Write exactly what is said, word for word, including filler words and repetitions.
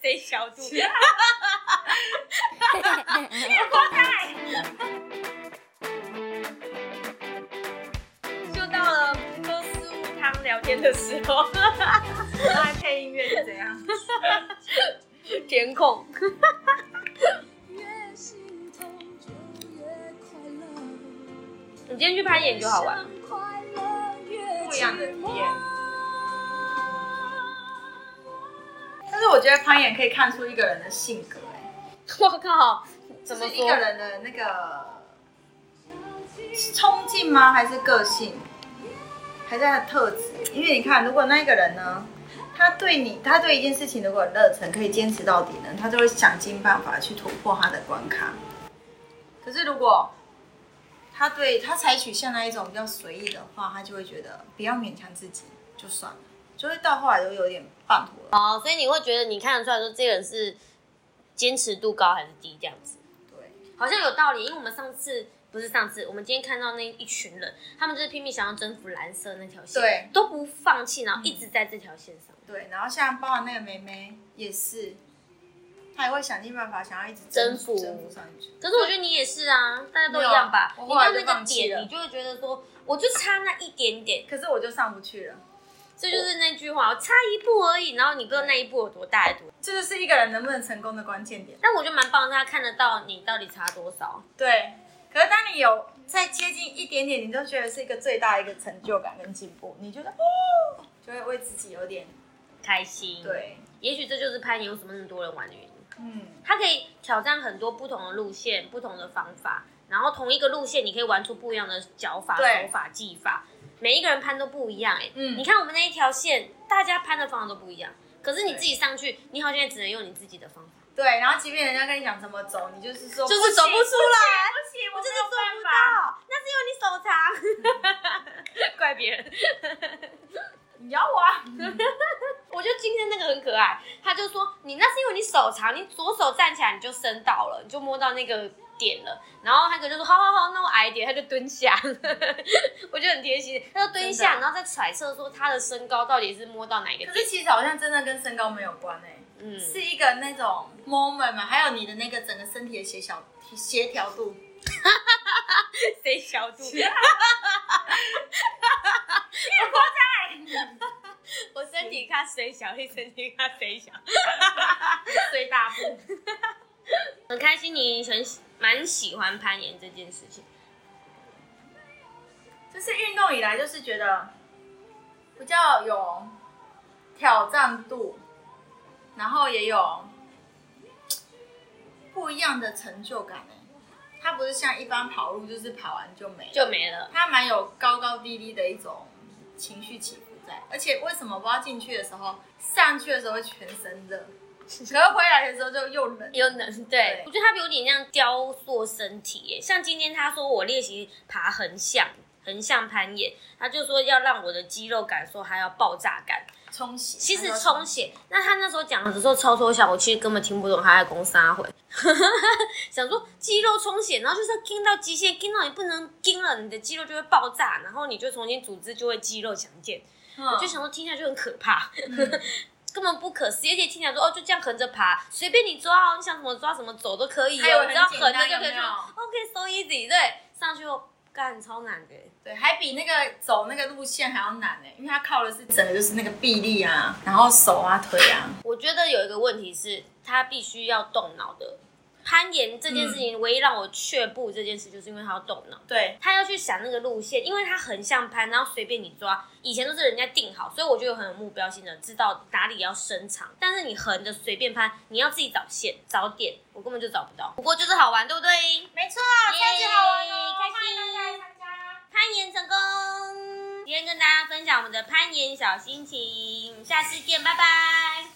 谁小度？就到了喝四物汤聊天的时候， 来配音乐是怎样？ 填空。你今天去攀岩就好玩， 不一样的体验。但是我觉得攀岩可以看出一个人的性格、欸， 我靠，怎么说？ 就是一个人的那个冲劲吗？还是个性？还是他的特质？因为你看，如果那一个人呢，他对你，他对一件事情如果有热忱，可以坚持到底呢，他就会想尽办法去突破他的关卡。可是如果他对他采取像那一种比较随意的话，他就会觉得不要勉强自己，就算了，就会到后来都有点半途而废。 哦，所以你会觉得你看得出来说这个人是坚持度高还是低这样子？ 对， 好像有道理，因为我们上次不是上次，我们今天看到那一群人，他们就是拼命想要征服蓝色那条线， 对， 都不放弃，然后一直在这条线上。 嗯、对，然后像包含那个妹妹也是。他也会想尽办法，想要一直征服征服上去。 可是我觉得你也是啊，大家都一样吧。 你到那个点，你就会觉得说，我就差那一点点， 可是我就上不去了。 这就是那句话，我差一步而已。然后你不知道那一步有多大多。 这就是一个人能不能成功的关键点。 但我觉得蛮棒的，他看得到你到底差多少。 对。可是当你有再接近一点点，你就觉得是一个最大的一个成就感跟进步，你觉得哦，就会为自己有点开心。 对。 也许这就是攀岩为什么那么多人玩的原因。 嗯， 它可以挑战很多不同的路线、不同的方法，然后同一个路线你可以玩出不一样的脚法、手法、技法，每一个人攀都不一样哎、欸。嗯，你看我们那一条线，大家攀的方法都不一样，可是你自己上去，你好像也只能用你自己的方法。 对，然后即便人家跟你讲怎么走，你就是说就是走不出来， 不行， 我就是做不到，那是因为你手长，怪别人。 你咬我啊！ 我觉得今天那个很可爱，他就说你那是因为你手长，你左手站起来你就伸到了，你就摸到那个点了。然后那个就说好好好，那我矮一点，他就蹲下。我觉得很贴心，他就蹲下，然后再揣测说他的身高到底是摸到哪一个点。 可是其实好像真的跟身高没有关哎、欸，嗯，是一个那种 moment 嘛，还有你的那个整个身体的协调协调度。 谁小度？我身体看谁小，你身体看谁小， 随大步。 很开心，你很蛮喜欢攀岩这件事情。 就是运动以来，就是觉得比较有挑战度，然后也有不一样的成就感哎。它不是像一般跑路，就是跑完就没了， 就没了。 它蛮有高高低低的一种情绪起伏在，而且为什么不知道进去的时候，上去的时候会全身热，可是回来的时候就又冷又冷。对，对我觉得它有点那样雕塑身体耶。像今天他说我练习爬横向，横向攀岩，他就说要让我的肌肉感受还要爆炸感。 充血， 其实充血。那他那时候讲的时候超抽象，我其实根本听不懂他在攻啥回。想说肌肉充血，然后就是盯到极限，盯到你不能盯了，你的肌肉就会爆炸，然后你就重新组织就会肌肉强健。嗯、我就想说听起来就很可怕，嗯、根本不可思议。而且听起来说哦就这样横着爬，随便你抓哦，你想怎么抓怎么走都可以哦，只要横着就可以做。OK so easy， 对，上去后。干超难的， 对，还比那个走那个路线还要难哎，因为它靠的是整个就是那个臂力啊，然后手啊腿啊。 我觉得有一个问题是，它必须要动脑的。攀岩这件事情，唯一让我却步这件事，就是因为他要动脑。 对， 他要去想那个路线，因为他横向攀，然后随便你抓。以前都是人家定好，所以我就很有目标性的知道哪里要伸长。但是你横的随便攀，你要自己找线找点，我根本就找不到。不过就是好玩，对不对？ 没错，超级好玩哦， 开心！攀岩成功！今天跟大家分享我们的攀岩小心情，下次见，拜拜。